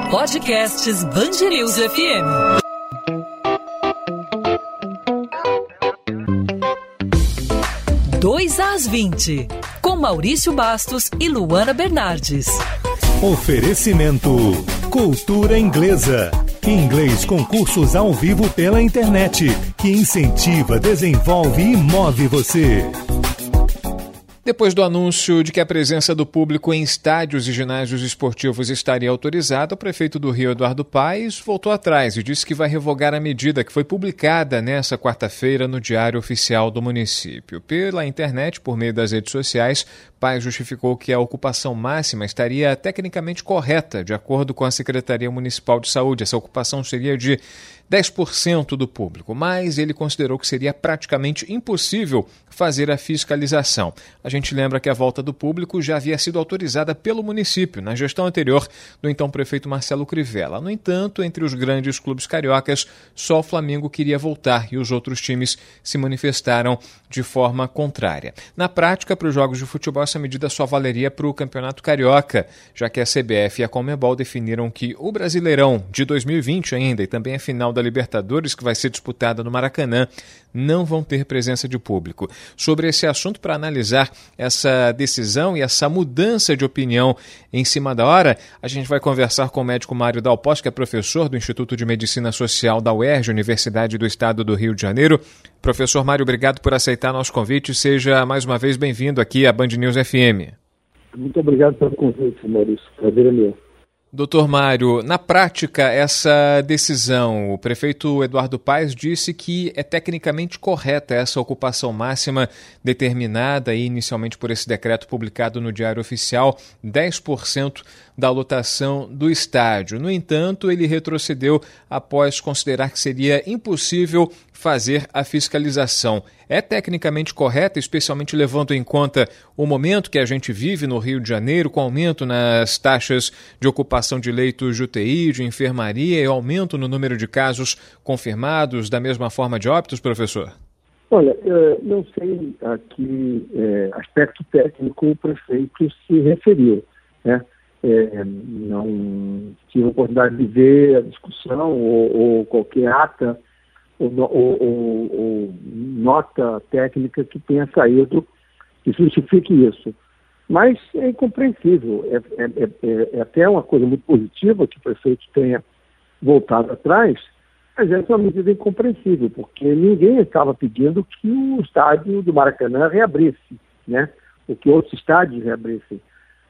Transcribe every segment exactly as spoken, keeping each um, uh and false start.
Podcasts Band News F M. dois às vinte, com Maurício Bastos e Luana Bernardes. Oferecimento Cultura Inglesa. Inglês com cursos ao vivo pela internet, que incentiva, desenvolve e move você. Depois do anúncio de que a presença do público em estádios e ginásios esportivos estaria autorizada, o prefeito do Rio, Eduardo Paes, voltou atrás e disse que vai revogar a medida que foi publicada nesta quarta-feira no Diário Oficial do município. Pela internet, por meio das redes sociais, Paes justificou que a ocupação máxima estaria tecnicamente correta, de acordo com a Secretaria Municipal de Saúde. Essa ocupação seria de dez por cento do público, mas ele considerou que seria praticamente impossível fazer a fiscalização. A gente lembra que a volta do público já havia sido autorizada pelo município, na gestão anterior do então prefeito Marcelo Crivella. No entanto, entre os grandes clubes cariocas, só o Flamengo queria voltar e os outros times se manifestaram de forma contrária. Na prática, para os jogos de futebol, essa medida só valeria para o Campeonato Carioca, já que a C B F e a Conmebol definiram que o Brasileirão de dois mil e vinte ainda e também a final da Libertadores, que vai ser disputada no Maracanã, não vão ter presença de público. Sobre esse assunto, para analisar essa decisão e essa mudança de opinião em cima da hora, a gente vai conversar com o médico Mário Dalpoz, que é professor do Instituto de Medicina Social da U E R J, Universidade do Estado do Rio de Janeiro. Professor Mário, obrigado por aceitar nosso convite. Seja mais uma vez bem-vindo aqui à Band News F M. Muito obrigado pelo convite, Maurício. Prazer é meu. Doutor Mário, na prática, essa decisão, o prefeito Eduardo Paes disse que é tecnicamente correta essa ocupação máxima determinada inicialmente por esse decreto publicado no Diário Oficial, dez por cento da lotação do estádio. No entanto, ele retrocedeu após considerar que seria impossível fazer a fiscalização. É tecnicamente correta, especialmente levando em conta o momento que a gente vive no Rio de Janeiro, com aumento nas taxas de ocupação de leitos de U T I, de enfermaria e aumento no número de casos confirmados, da mesma forma de óbitos, professor? Olha, não sei a que é, aspecto técnico o prefeito se referiu, né? É, não tive a oportunidade de ver a discussão ou, ou qualquer ata ou, ou, ou, ou nota técnica que tenha saído que justifique isso. Mas é incompreensível. É, é, é, é até uma coisa muito positiva que o prefeito tenha voltado atrás, mas essa é uma medida incompreensível, porque ninguém estava pedindo que o estádio do Maracanã reabrisse, né? Ou que outros estádios reabrissem.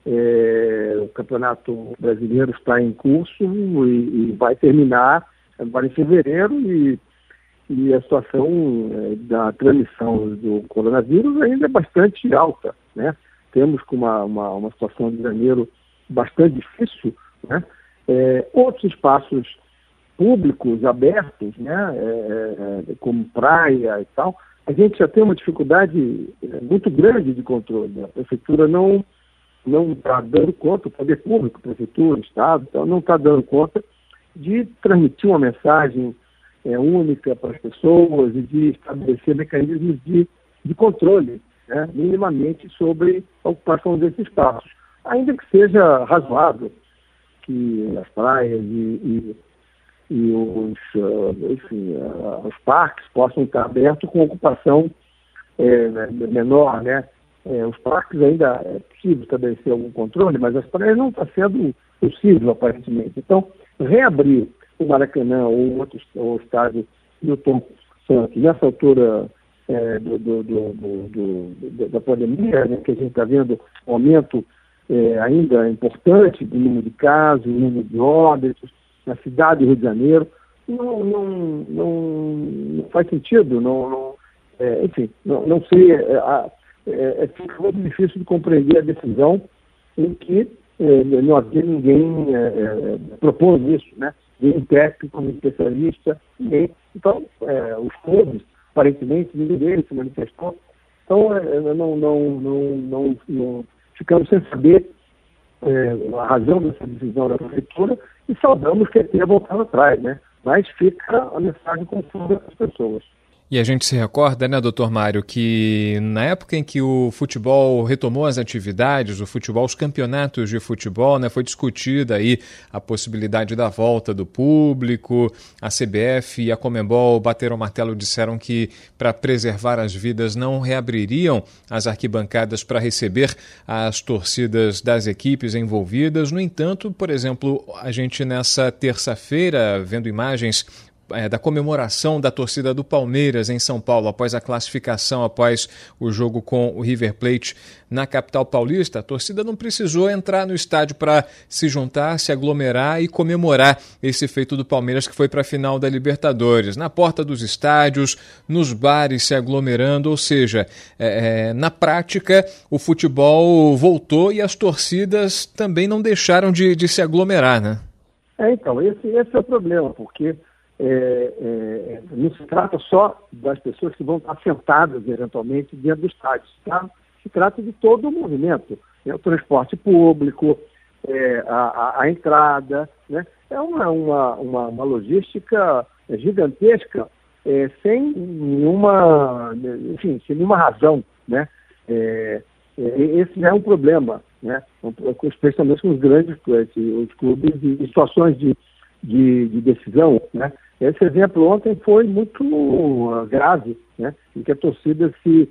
É, o Campeonato Brasileiro está em curso e, e vai terminar agora em fevereiro e, e a situação é, da transmissão do coronavírus ainda é bastante alta, né? Temos uma, uma, uma situação de janeiro bastante difícil, né? É, outros espaços públicos abertos, né? É, é, como praia e tal, a gente já tem uma dificuldade muito grande de controle. A prefeitura não não está dando conta, o poder público, prefeitura, Estado, então, não está dando conta de transmitir uma mensagem é, única para as pessoas e de estabelecer mecanismos de, de controle, né, minimamente sobre a ocupação desses espaços. Ainda que seja razoável que as praias e, e, e os, uh, enfim, uh, os parques possam estar abertos com ocupação é, menor, né? É, os parques ainda é possível estabelecer algum controle, mas as praias não está sendo possível, aparentemente. Então, reabrir o Maracanã ou outro ou o estádio Newton Santos, nessa altura é, do, do, do, do, do, da pandemia, né, que a gente está vendo um aumento é, ainda importante do número de casos, do número de óbitos na cidade do Rio de Janeiro, não, não, não, não faz sentido, não, não, é, enfim, não, não sei... É, a, É, é muito difícil de compreender a decisão em que é, não havia ninguém é, é, propondo isso, né? Ninguém técnico, nenhum especialista, ninguém. Então, é, os clubes, aparentemente, ninguém deles se manifestou. Então, é, não, não, não, não, não ficamos sem saber é, a razão dessa decisão da prefeitura e saudamos que tenha voltado atrás, né? Mas fica a mensagem confusa das pessoas. E a gente se recorda, né, doutor Mário, que na época em que o futebol retomou as atividades, o futebol, os campeonatos de futebol, né, foi discutida aí a possibilidade da volta do público. A C B F e a Conmebol bateram o martelo, disseram que para preservar as vidas não reabririam as arquibancadas para receber as torcidas das equipes envolvidas. No entanto, por exemplo, a gente nessa terça-feira, vendo imagens É, da comemoração da torcida do Palmeiras em São Paulo, após a classificação, após o jogo com o River Plate na capital paulista, a torcida não precisou entrar no estádio para se juntar, se aglomerar e comemorar esse feito do Palmeiras que foi para a final da Libertadores. Na porta dos estádios, nos bares se aglomerando, ou seja, é, é, na prática o futebol voltou e as torcidas também não deixaram de, de se aglomerar, né? É, então, esse, esse é o problema, porque É, é, não se trata só das pessoas que vão estar sentadas eventualmente dentro do estádio, tá? Se trata de todo o movimento, né? O transporte público, é, a, a, a entrada, né? É uma, uma, uma, uma logística gigantesca, é, sem nenhuma, enfim, sem nenhuma razão, né? É, é, esse é um problema, né? Especialmente com os grandes os clubes em situações de, de, de decisão, né? Esse exemplo ontem foi muito grave, né? Em que a torcida se,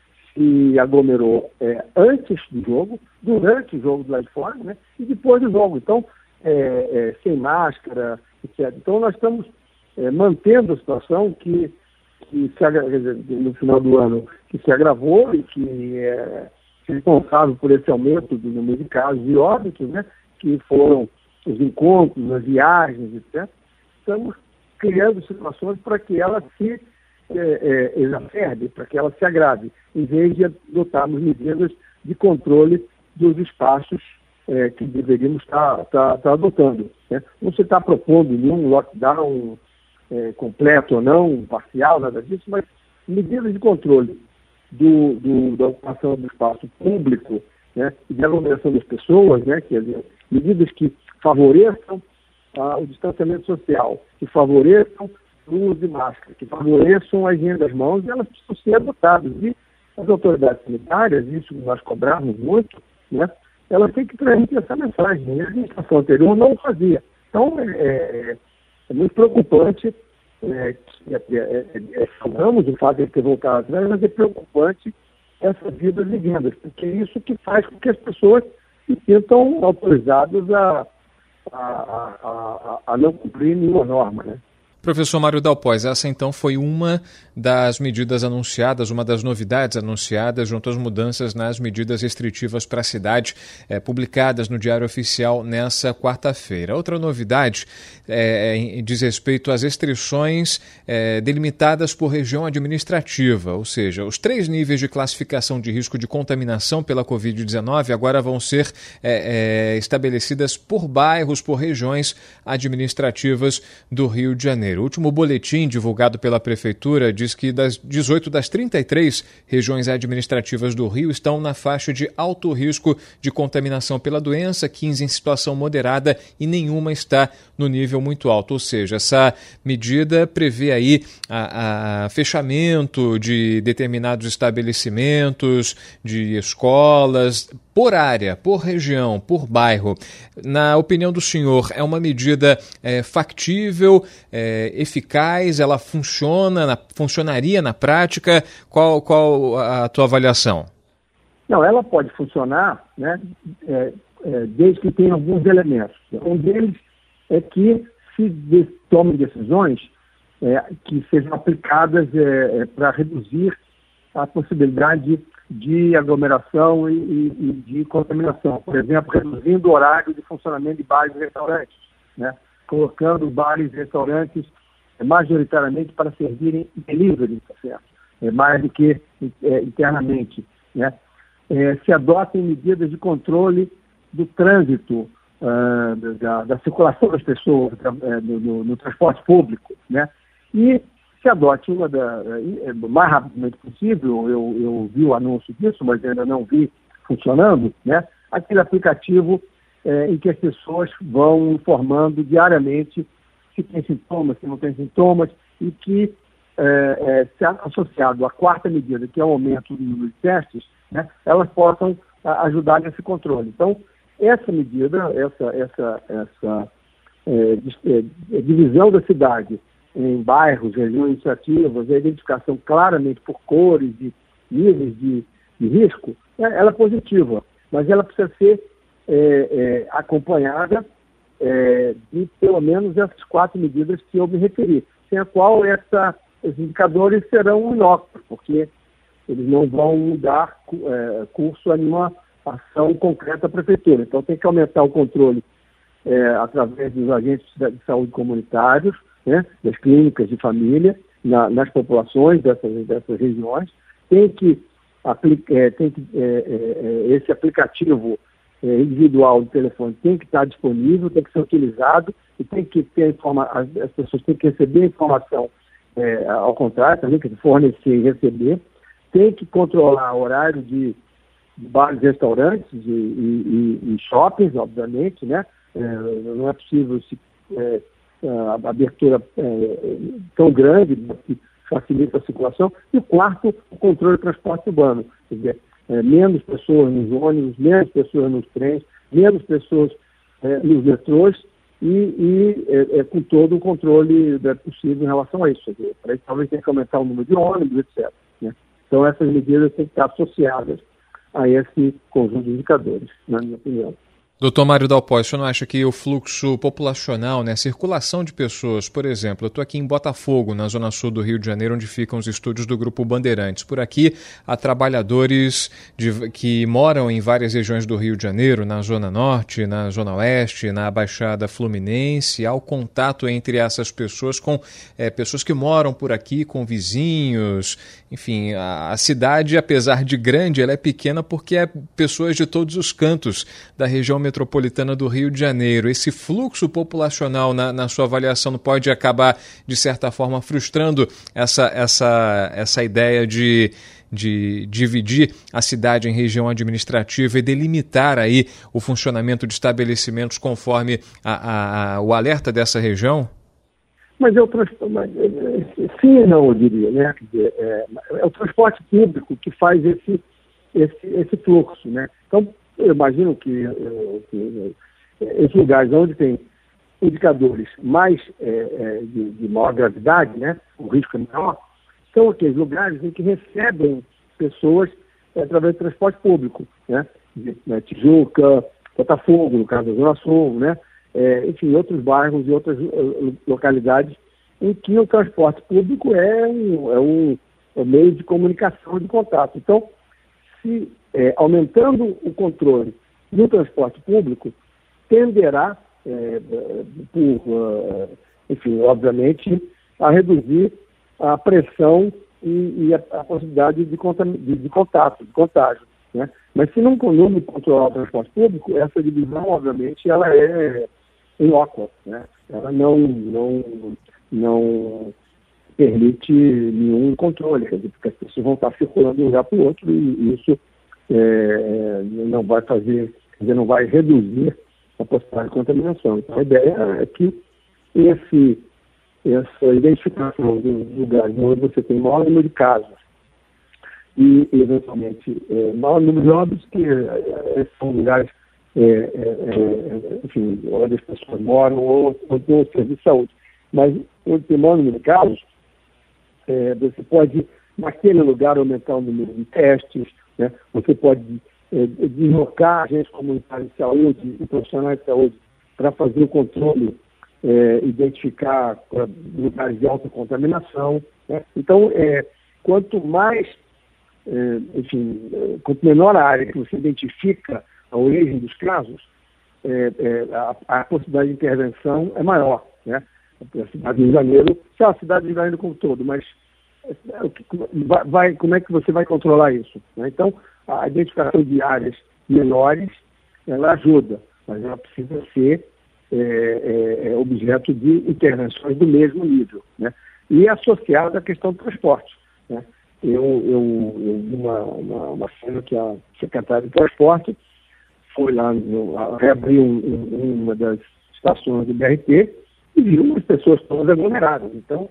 se aglomerou é, antes do jogo, durante o jogo do lado de fora, né? E depois do jogo. Então, é, é, sem máscara, etcétera. Então, nós estamos é, mantendo a situação que, que se agra... no final do ano que se agravou e que é responsável por esse aumento do número de casos e óbitos, né? Que foram os encontros, as viagens, etcétera. Estamos criando situações para que ela se é, é, exacerbe, para que ela se agrave, em vez de adotarmos medidas de controle dos espaços é, que deveríamos estar, estar, estar adotando, né? Não se está propondo nenhum lockdown é, completo ou não, parcial, nada disso, mas medidas de controle do, do, da ocupação do espaço público, né, e de aglomeração das pessoas, né, quer dizer, medidas que favoreçam ah, o distanciamento social, que favoreçam o uso de máscara, que favoreçam a higiene das mãos, e elas precisam ser adotadas. E as autoridades sanitárias, isso nós cobramos muito, né, elas têm que transmitir essa mensagem. E a administração anterior não fazia. Então, é, é, é muito preocupante, é, é, é, é, falamos o fato de ter voltado atrás, mas é preocupante essas vidas e vendas, porque é isso que faz com que as pessoas se sintam autorizadas a A, a, a, a não cumprir nenhuma norma, né? Professor Mário Dalpoz, essa então foi uma das medidas anunciadas, uma das novidades anunciadas junto às mudanças nas medidas restritivas para a cidade, é, publicadas no Diário Oficial nessa quarta-feira. Outra novidade é, diz respeito às restrições é, delimitadas por região administrativa, ou seja, os três níveis de classificação de risco de contaminação pela covid dezenove agora vão ser é, é, estabelecidas por bairros, por regiões administrativas do Rio de Janeiro. O último boletim divulgado pela Prefeitura diz que das dezoito das trinta e três regiões administrativas do Rio estão na faixa de alto risco de contaminação pela doença, quinze em situação moderada e nenhuma está no nível muito alto. Ou seja, essa medida prevê aí a, a fechamento de determinados estabelecimentos, de escolas, por área, por região, por bairro. Na opinião do senhor, é uma medida é, factível, é, eficaz, ela funciona, na, funcionaria na prática? Qual, qual a tua avaliação? Não, ela pode funcionar, né, é, é, desde que tenha alguns elementos. Um deles é que se de, tomem decisões é, que sejam aplicadas é, é, para reduzir a possibilidade de aglomeração e, e, e de contaminação. Por exemplo, reduzindo o horário de funcionamento de bares e restaurantes, né? Colocando bares e restaurantes é, majoritariamente para servirem delivery, tá certo? É, mais do que é, internamente, né? É, se adotem medidas de controle do trânsito, uh, da, da circulação das pessoas uh, no, no, no transporte público, né? E se adote uma da, o mais rapidamente possível, eu, eu vi o anúncio disso, mas ainda não vi funcionando, né? Aquele aplicativo é, em que as pessoas vão informando diariamente se tem sintomas, se não tem sintomas, e que é, é, se associado à quarta medida, que é o aumento do número de testes, né, elas possam a, ajudar nesse controle. Então, essa medida, essa, essa, essa é, é, divisão da cidade em bairros, regiões iniciativas, a identificação claramente por cores e níveis de, de risco, é, ela é positiva, mas ela precisa ser é, é, acompanhada é, de pelo menos essas quatro medidas que eu me referi, sem a qual essa, esses indicadores serão inócuos, porque eles não vão dar é, curso a nenhuma ação concreta da prefeitura. Então tem que aumentar o controle é, através dos agentes de saúde comunitários, né, das clínicas de família, na, nas populações dessas, dessas regiões. Tem que, aplica, é, tem que é, é, esse aplicativo é, individual do telefone tem que estar disponível, tem que ser utilizado e tem que ter informa as, as pessoas têm que receber informação é, ao contrário, também que fornecer e receber. Tem que controlar o horário de bares, restaurantes e, e, e shoppings, obviamente, né? É, não é possível se, é, a abertura é, tão grande que facilita a circulação. E o quarto, o controle do transporte urbano. Quer dizer, é, menos pessoas nos ônibus, menos pessoas nos trens, menos pessoas é, nos metrôs e, e é, é, com todo o controle é, possível em relação a isso. Para isso, talvez tenha que aumentar o número de ônibus, etcétera. Né? Então, essas medidas têm que estar associadas a esse conjunto de indicadores, na minha opinião. Doutor Mário Dalpói, o senhor não acha que o fluxo populacional, né, a circulação de pessoas, por exemplo, eu estou aqui em Botafogo, na zona sul do Rio de Janeiro, onde ficam os estúdios do Grupo Bandeirantes. Por aqui há trabalhadores de, que moram em várias regiões do Rio de Janeiro, na zona norte, na zona oeste, na Baixada Fluminense. Há o contato entre essas pessoas com é, pessoas que moram por aqui, com vizinhos. Enfim, a, a cidade, apesar de grande, ela é pequena porque é pessoas de todos os cantos da região metropolitana do Rio de Janeiro. Esse fluxo populacional, na, na sua avaliação, não pode acabar, de certa forma, frustrando essa, essa, essa ideia de, de dividir a cidade em região administrativa e delimitar aí o funcionamento de estabelecimentos conforme a, a, a, o alerta dessa região? Mas é o transporte, sim e não, eu diria, né? Quer dizer, é, é o transporte público que faz esse, esse, esse fluxo, né? Então, eu imagino que, que esses lugares onde tem indicadores mais é, de, de maior gravidade, né, o risco é menor, são aqueles lugares em que recebem pessoas é, através do transporte público, né, de, né, Tijuca, Botafogo, no caso da Zona Sul, né, é, enfim, outros bairros e outras uh, localidades em que o transporte público é um, é um, é um meio de comunicação e de contato. Então, se É, aumentando o controle no transporte público, tenderá, é, por, uh, enfim, obviamente, a reduzir a pressão e, e a, a possibilidade de, de, de contato, de contágio. Né? Mas se não, não controlar o transporte público, essa divisão, obviamente, ela é inócua. Né? Ela não, não, não permite nenhum controle, quer dizer, porque as pessoas vão estar circulando de um lugar para o outro e isso É, não vai fazer, quer dizer, não vai reduzir a possibilidade de contaminação. Então, a ideia é que esse, essa identificação dos lugares onde você tem maior número de casos e, eventualmente, é, maior número de óbitos, que é, são lugares, é, é, enfim, onde as pessoas moram ou onde tem um serviço de saúde. Mas onde tem maior número de casos, é, você pode, naquele lugar, aumentar o número de testes. Né? Você pode é, deslocar agentes comunitários de saúde e profissionais de saúde para fazer o controle, é, identificar lugares de alta contaminação. Né? Então, é, quanto mais, é, enfim, quanto menor a área que você identifica a origem dos casos, é, é, a, a possibilidade de intervenção é maior. Né? A cidade do Rio de Janeiro, se é a cidade do Rio de Janeiro como todo, mas Vai, vai, como é que você vai controlar isso? Né? Então, a identificação de áreas menores, ela ajuda, mas ela precisa ser é, é, objeto de intervenções do mesmo nível, né? E associada à questão do transporte. Né? Eu, eu, eu vi uma, uma, uma cena que a secretária de transporte foi lá, no, reabriu um, um, uma das estações do B R T e viu as pessoas todas aglomeradas. Então,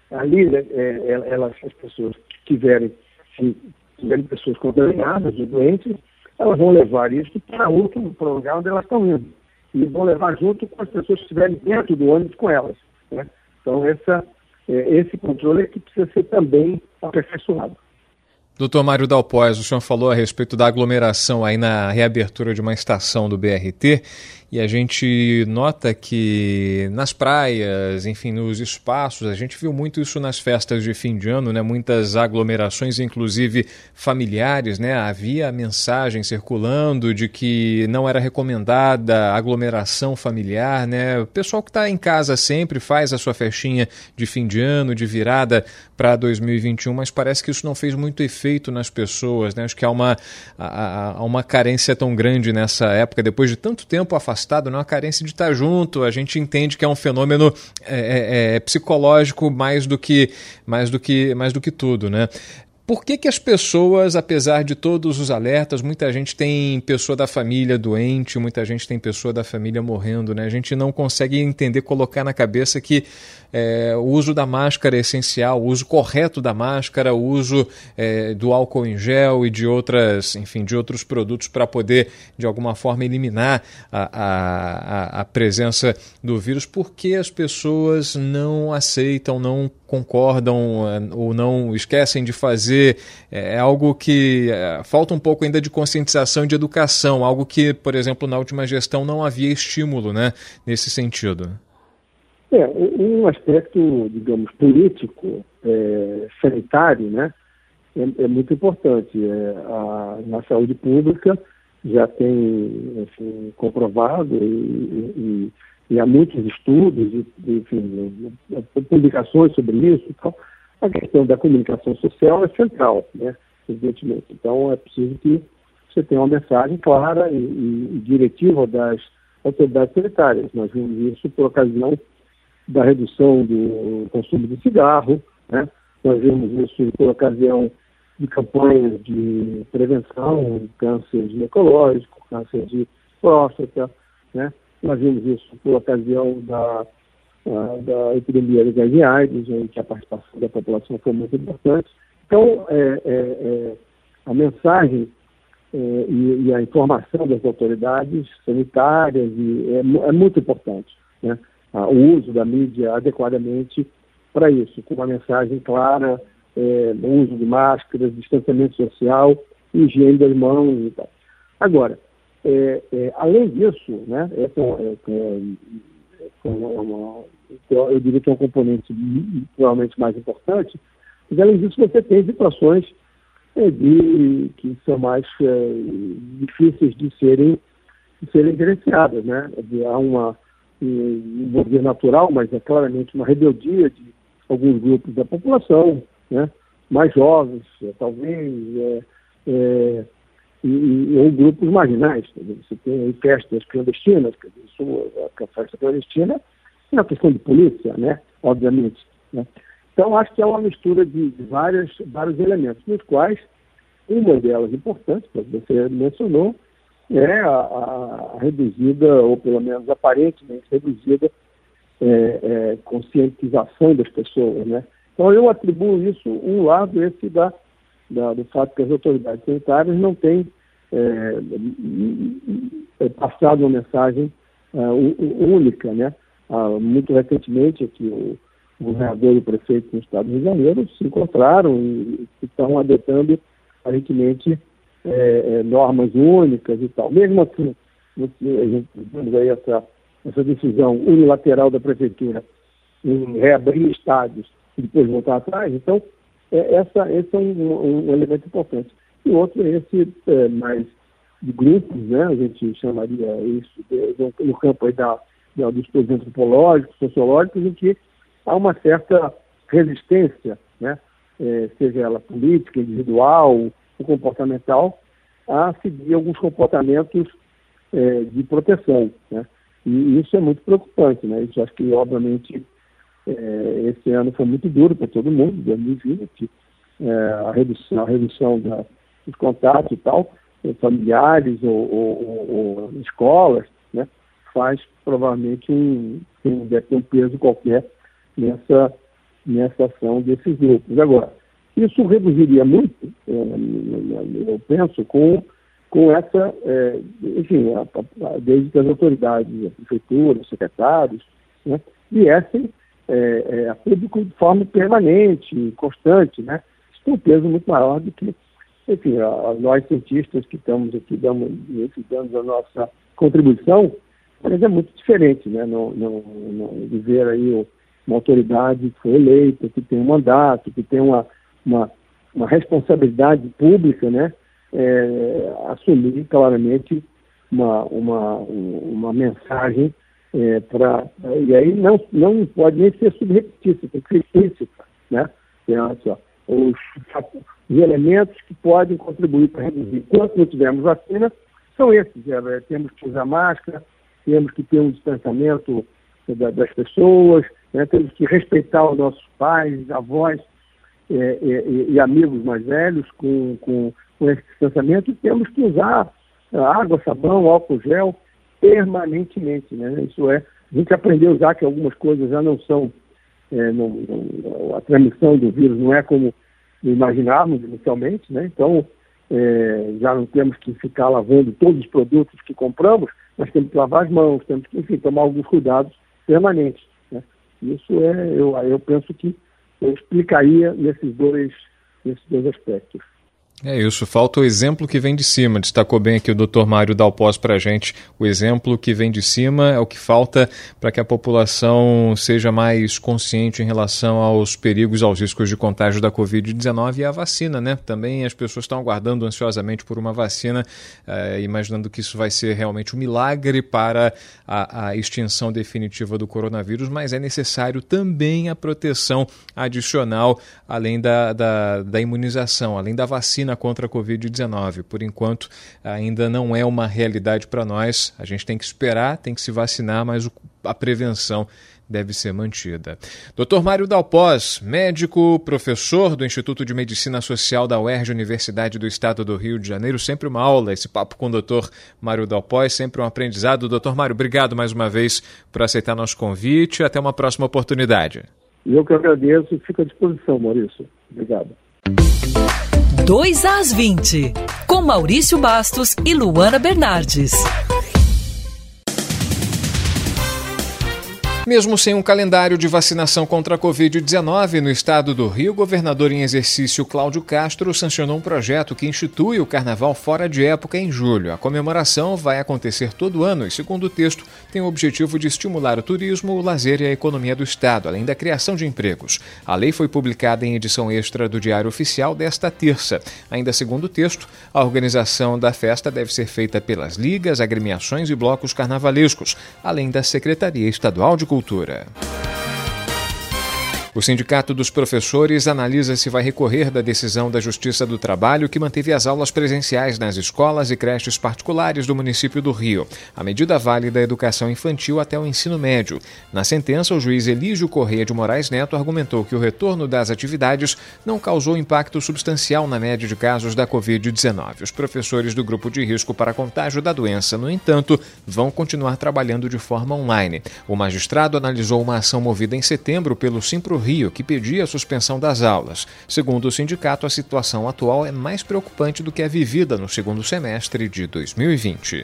ali, né, é, elas, as pessoas que tiverem, se tiverem pessoas contaminadas ou doentes, elas vão levar isso para outro para o lugar onde elas estão indo. E vão levar junto com as pessoas que estiverem dentro do ônibus com elas, né? Então, essa, é, esse controle é que precisa ser também aperfeiçoado. Doutor Mário Dalpois, o senhor falou a respeito da aglomeração aí na reabertura de uma estação do B R T, e a gente nota que nas praias, enfim, nos espaços, a gente viu muito isso nas festas de fim de ano, né? Muitas aglomerações, inclusive familiares, né? Havia a mensagem circulando de que não era recomendada aglomeração familiar, né? O pessoal que está em casa sempre faz a sua festinha de fim de ano, de virada para dois mil e vinte e um, mas parece que isso não fez muito efeito nas pessoas, né? Acho que há uma, há, há uma carência tão grande nessa época, depois de tanto tempo afastado, não é uma carência de estar junto. A gente entende que é um fenômeno é, é, psicológico mais do que, mais do que, mais do que tudo, né? Por que que as pessoas, apesar de todos os alertas, muita gente tem pessoa da família doente, muita gente tem pessoa da família morrendo, né? A gente não consegue entender, colocar na cabeça que é, o uso da máscara é essencial, o uso correto da máscara, o uso é, do álcool em gel e de outras, enfim, de outros produtos para poder, de alguma forma, eliminar a, a, a presença do vírus. Por que as pessoas não aceitam, não concordam ou não esquecem de fazer? É algo que é, falta um pouco ainda de conscientização e de educação, algo que, por exemplo, na última gestão não havia estímulo, né, nesse sentido. É, um aspecto, digamos, político, é, sanitário, né, é, é muito importante. É, a, na saúde pública já tem, assim, comprovado e, e, e há muitos estudos e, enfim, publicações sobre isso e tal. A questão da comunicação social é central, né, evidentemente. Então, é preciso que você tenha uma mensagem clara e, e, e diretiva das autoridades sanitárias. Nós vimos isso por ocasião da redução do consumo de cigarro, né? Nós vimos isso por ocasião de campanhas de prevenção de câncer ginecológico, câncer de próstata, né? Nós vimos isso por ocasião da Uh, da epidemia de H I V e AIDS, em que a participação da população foi muito importante. Então, é, é, é, a mensagem é, e, e a informação das autoridades sanitárias e é, é muito importante, né? Ah, o uso da mídia adequadamente para isso, com uma mensagem clara, é, o uso de máscaras, distanciamento social, higiene das mãos e tal. Agora, é, é, além disso, né, é, é, é, Uma, eu diria que é um componente provavelmente mais importante, mas além disso você tem situações é, de, que são mais é, difíceis de serem, de serem gerenciadas, né? Há uma, um movimento natural, mas é claramente uma rebeldia de alguns grupos da população, né? Mais jovens, é, talvez, é, é, e, e, ou grupos marginais. Você tem aí festas clandestinas, quer dizer, isso, a festa clandestina é uma questão de polícia, né? Obviamente. Né? Então, acho que é uma mistura de, de várias, vários elementos, nos quais uma delas importante, que você mencionou, é a, a reduzida, ou pelo menos aparentemente reduzida, é, é, conscientização das pessoas, né? Então, eu atribuo isso, um lado, esse da, da, do fato que as autoridades sanitárias não têm é, é, passado uma mensagem é, única, né? Ah, muito recentemente, aqui o, o governador e o prefeito no estado do Rio de Janeiro se encontraram e, e estão adotando, aparentemente, é, é, normas únicas e tal. Mesmo assim, você, a gente temos aí essa, essa decisão unilateral da prefeitura em reabrir estádios e depois voltar atrás. Então, é, essa, esse é um, um elemento importante. E outro é esse é, mais de grupos, né? A gente chamaria isso de, de, no campo aí da, da, dos estudos antropológicos, sociológicos, em que há uma certa resistência, né? É, seja ela política, individual ou comportamental, a seguir alguns comportamentos é, de proteção, né? E isso é muito preocupante, né? Isso acho que, obviamente, é, esse ano foi muito duro para todo mundo, dois mil e vinte, é, a redução, a redução da, dos contatos e tal, familiares ou, ou, ou escolas, né? Faz provavelmente um, um, deve ter um peso qualquer nessa, nessa ação desses grupos. Agora, isso reduziria muito, é, eu penso, com, com essa, é, enfim, a, a, desde que as autoridades, a prefeitura, os secretários, né, viessem é, é, a público de forma permanente, constante, né? Isso tem um peso muito maior do que, enfim, a, a nós cientistas que estamos aqui dando, dando a nossa contribuição, mas é muito diferente, né? Não, não, não, de ver aí uma autoridade que foi eleita, que tem um mandato, que tem uma, uma, uma responsabilidade pública, né? É, assumir claramente uma, uma, uma mensagem é, para... E aí não, não pode nem ser subrepetícia, tem que ser explícita, né? É, assim, ó, os, os elementos que podem contribuir para reduzir. Enquanto não tivermos vacina, são esses. É, temos que usar máscara, temos que ter um distanciamento da, das pessoas, né? Temos que respeitar os nossos pais, avós é, é, e amigos mais velhos com, com, com esse distanciamento, e temos que usar água, sabão, álcool gel permanentemente, né? Isso é, a gente aprendeu a usar que algumas coisas já não são, é, não, não, a transmissão do vírus não é como imaginávamos inicialmente, né? Então, é, já não temos que ficar lavando todos os produtos que compramos, mas temos que lavar as mãos, temos que, enfim, tomar alguns cuidados permanentes, né? Isso é, eu, eu penso que eu explicaria nesses dois, nesses dois aspectos. É isso, falta o exemplo que vem de cima, destacou bem aqui o doutor Mário Dalpós para a gente. O exemplo que vem de cima é o que falta para que a população seja mais consciente em relação aos perigos, aos riscos de contágio da covid dezenove e a vacina, né? Também as pessoas estão aguardando ansiosamente por uma vacina, eh, imaginando que isso vai ser realmente um milagre para a, a extinção definitiva do coronavírus, mas é necessário também a proteção adicional, além da, da, da imunização, além da vacina contra a covid dezenove. Por enquanto, ainda não é uma realidade para nós. A gente tem que esperar, tem que se vacinar, mas o, a prevenção deve ser mantida. doutor Mário Dalpós, médico, professor do Instituto de Medicina Social da U E R J, Universidade do Estado do Rio de Janeiro. Sempre uma aula, esse papo com o doutor Mário Dalpós, sempre um aprendizado. doutor Mário, obrigado mais uma vez por aceitar nosso convite. Até uma próxima oportunidade. Eu que agradeço e fico à disposição, Maurício. Obrigado. dois às vinte, com Maurício Bastos e Luana Bernardes. Mesmo sem um calendário de vacinação contra a covid dezenove, no estado do Rio, o governador em exercício Cláudio Castro sancionou um projeto que institui o carnaval fora de época em julho. A comemoração vai acontecer todo ano e, segundo o texto, tem o objetivo de estimular o turismo, o lazer e a economia do estado, além da criação de empregos. A lei foi publicada em edição extra do Diário Oficial desta terça. Ainda segundo o texto, a organização da festa deve ser feita pelas ligas, agremiações e blocos carnavalescos, além da Secretaria Estadual de Cultura. O Sindicato dos Professores analisa se vai recorrer da decisão da Justiça do Trabalho que manteve as aulas presenciais nas escolas e creches particulares do município do Rio. A medida vale da educação infantil até o ensino médio. Na sentença, o juiz Elígio Correia de Moraes Neto argumentou que o retorno das atividades não causou impacto substancial na média de casos da covid dezenove. Os professores do grupo de risco para contágio da doença, no entanto, vão continuar trabalhando de forma online. O magistrado analisou uma ação movida em setembro pelo Simpro Rio, que pedia a suspensão das aulas. Segundo o sindicato, a situação atual é mais preocupante do que a vivida no segundo semestre de dois mil e vinte.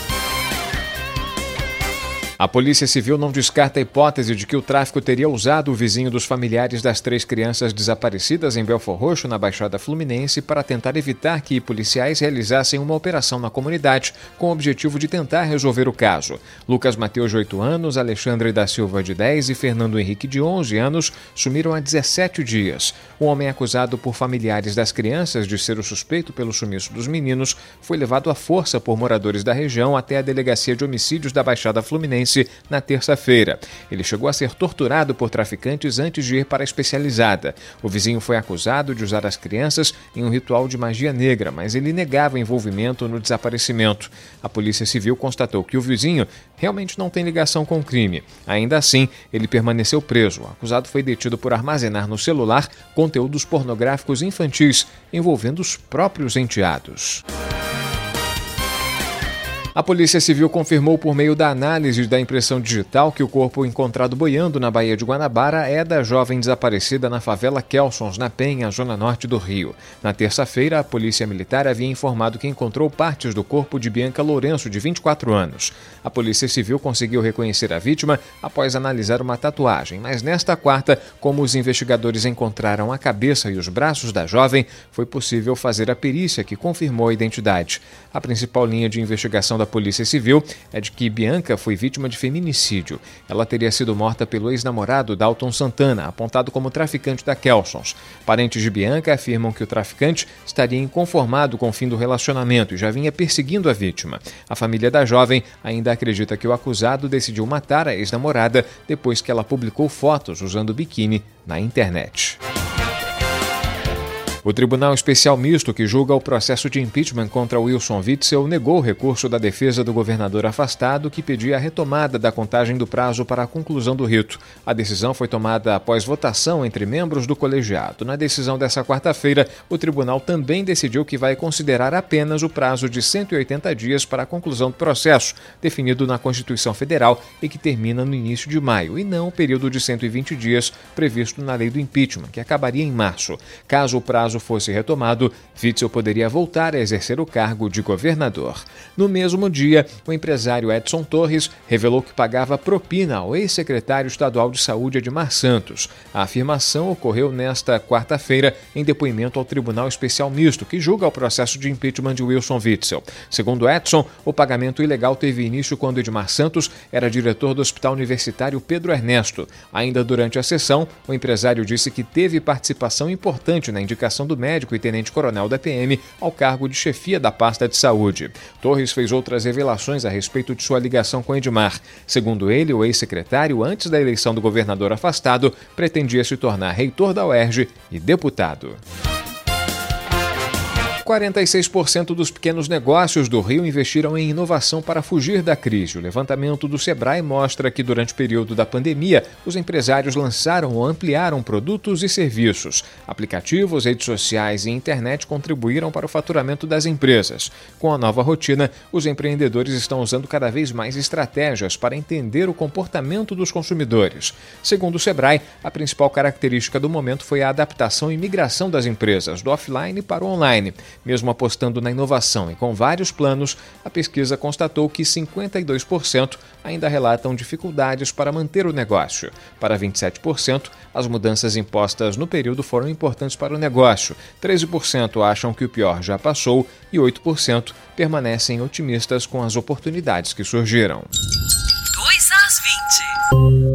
A Polícia Civil não descarta a hipótese de que o tráfico teria usado o vizinho dos familiares das três crianças desaparecidas em Belfor Roxo, na Baixada Fluminense, para tentar evitar que policiais realizassem uma operação na comunidade com o objetivo de tentar resolver o caso. Lucas Mateus, de oito anos, Alexandre da Silva, de dez e Fernando Henrique, de onze anos, sumiram há dezessete dias. O homem acusado por familiares das crianças de ser o suspeito pelo sumiço dos meninos foi levado à força por moradores da região até a Delegacia de Homicídios da Baixada Fluminense na terça-feira. Ele chegou a ser torturado por traficantes antes de ir para a especializada. O vizinho foi acusado de usar as crianças em um ritual de magia negra, mas ele negava envolvimento no desaparecimento. A Polícia Civil constatou que o vizinho realmente não tem ligação com o crime. Ainda assim, ele permaneceu preso. O acusado foi detido por armazenar no celular conteúdos pornográficos infantis envolvendo os próprios enteados. A Polícia Civil confirmou por meio da análise da impressão digital que o corpo encontrado boiando na Baía de Guanabara é da jovem desaparecida na favela Kelsons, na Penha, zona norte do Rio. Na terça-feira, a Polícia Militar havia informado que encontrou partes do corpo de Bianca Lourenço, de vinte e quatro anos. A Polícia Civil conseguiu reconhecer a vítima após analisar uma tatuagem, mas nesta quarta, como os investigadores encontraram a cabeça e os braços da jovem, foi possível fazer a perícia que confirmou a identidade. A principal linha de investigação da Polícia Civil é de que Bianca foi vítima de feminicídio. Ela teria sido morta pelo ex-namorado Dalton Santana, apontado como traficante da Kelsons. Parentes de Bianca afirmam que o traficante estaria inconformado com o fim do relacionamento e já vinha perseguindo a vítima. A família da jovem ainda acredita que o acusado decidiu matar a ex-namorada depois que ela publicou fotos usando biquíni na internet. O Tribunal Especial Misto, que julga o processo de impeachment contra Wilson Witzel, negou o recurso da defesa do governador afastado que pedia a retomada da contagem do prazo para a conclusão do rito. A decisão foi tomada após votação entre membros do colegiado. Na decisão dessa quarta-feira, o tribunal também decidiu que vai considerar apenas o prazo de cento e oitenta dias para a conclusão do processo, definido na Constituição Federal e que termina no início de maio, e não o período de cento e vinte dias previsto na lei do impeachment, que acabaria em março. Caso o prazo fosse retomado, Witzel poderia voltar a exercer o cargo de governador. No mesmo dia, o empresário Edson Torres revelou que pagava propina ao ex-secretário estadual de Saúde Edmar Santos. A afirmação ocorreu nesta quarta-feira em depoimento ao Tribunal Especial Misto, que julga o processo de impeachment de Wilson Witzel. Segundo Edson, o pagamento ilegal teve início quando Edmar Santos era diretor do Hospital Universitário Pedro Ernesto. Ainda durante a sessão, o empresário disse que teve participação importante na indicação do médico e tenente-coronel da P M ao cargo de chefia da pasta de saúde. Torres fez outras revelações a respeito de sua ligação com Edmar. Segundo ele, o ex-secretário, antes da eleição do governador afastado, pretendia se tornar reitor da U E R J e deputado. quarenta e seis por cento dos pequenos negócios do Rio investiram em inovação para fugir da crise. O levantamento do Sebrae mostra que, durante o período da pandemia, os empresários lançaram ou ampliaram produtos e serviços. Aplicativos, redes sociais e internet contribuíram para o faturamento das empresas. Com a nova rotina, os empreendedores estão usando cada vez mais estratégias para entender o comportamento dos consumidores. Segundo o Sebrae, a principal característica do momento foi a adaptação e migração das empresas do offline para o online. Mesmo apostando na inovação e com vários planos, a pesquisa constatou que cinquenta e dois por cento ainda relatam dificuldades para manter o negócio. Para vinte e sete por cento, as mudanças impostas no período foram importantes para o negócio. treze por cento acham que o pior já passou e oito por cento permanecem otimistas com as oportunidades que surgiram. dois às vinte.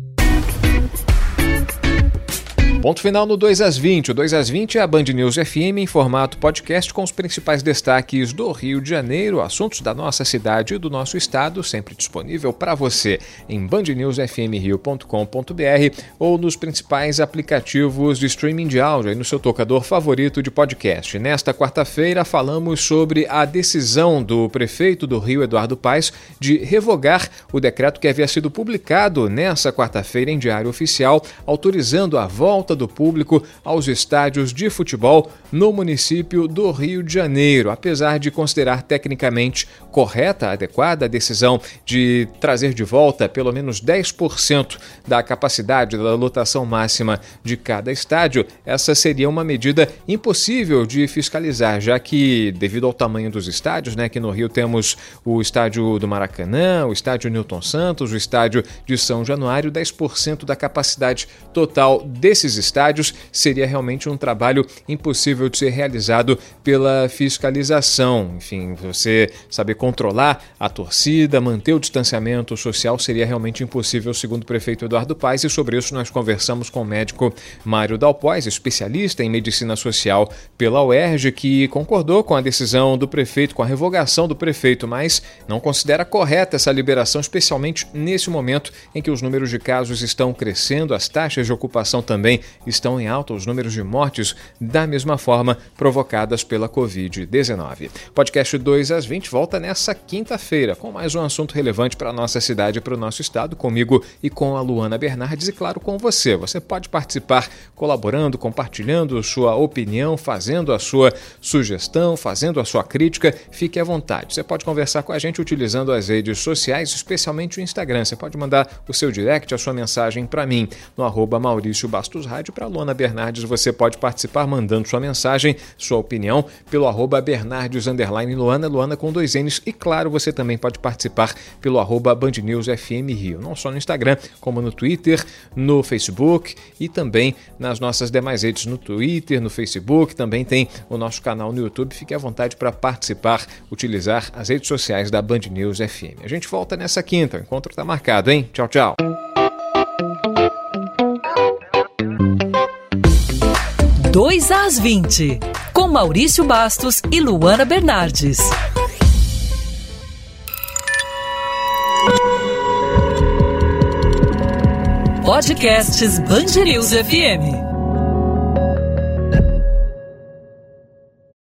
Ponto final no dois às vinte. O dois às vinte é a Band News F M em formato podcast com os principais destaques do Rio de Janeiro, assuntos da nossa cidade e do nosso estado, sempre disponível para você em band news f m rio ponto com ponto b r ou nos principais aplicativos de streaming de áudio e no seu tocador favorito de podcast. Nesta quarta-feira falamos sobre a decisão do prefeito do Rio, Eduardo Paes, de revogar o decreto que havia sido publicado nessa quarta-feira em Diário Oficial, autorizando a volta do público aos estádios de futebol no município do Rio de Janeiro. Apesar de considerar tecnicamente correta, adequada a decisão de trazer de volta pelo menos dez por cento da capacidade da lotação máxima de cada estádio, essa seria uma medida impossível de fiscalizar, já que, devido ao tamanho dos estádios, né, que no Rio temos o estádio do Maracanã, o estádio Newton Santos, o estádio de São Januário, dez por cento da capacidade total desses estádios seria realmente um trabalho impossível de ser realizado pela fiscalização. Enfim, você saber controlar a torcida, manter o distanciamento social seria realmente impossível, segundo o prefeito Eduardo Paes, e sobre isso nós conversamos com o médico Mário Dalpois, especialista em medicina social pela U E R J, que concordou com a decisão do prefeito, com a revogação do prefeito, mas não considera correta essa liberação, especialmente nesse momento em que os números de casos estão crescendo, as taxas de ocupação também estão em alta os números de mortes, da mesma forma provocadas pela covid dezenove. Podcast dois às vinte volta nessa quinta-feira com mais um assunto relevante para a nossa cidade e para o nosso estado, comigo e com a Luana Bernardes e, claro, com você. Você pode participar colaborando, compartilhando sua opinião, fazendo a sua sugestão, fazendo a sua crítica. Fique à vontade. Você pode conversar com a gente utilizando as redes sociais, especialmente o Instagram. Você pode mandar o seu direct, a sua mensagem para mim no arroba Maurício Bastos Rádio. Para a Luana Bernardes, você pode participar mandando sua mensagem, sua opinião, pelo arroba Bernardes underline Luana, Luana com dois N's. E, claro, você também pode participar pelo arroba Band News F M Rio, não só no Instagram, como no Twitter, no Facebook e também nas nossas demais redes, no Twitter, no Facebook, também tem o nosso canal no YouTube. Fique à vontade para participar, utilizar as redes sociais da Band News F M. A gente volta nessa quinta, o encontro está marcado, hein? Tchau, tchau. dois às vinte, com Maurício Bastos e Luana Bernardes. Podcasts Band News F M.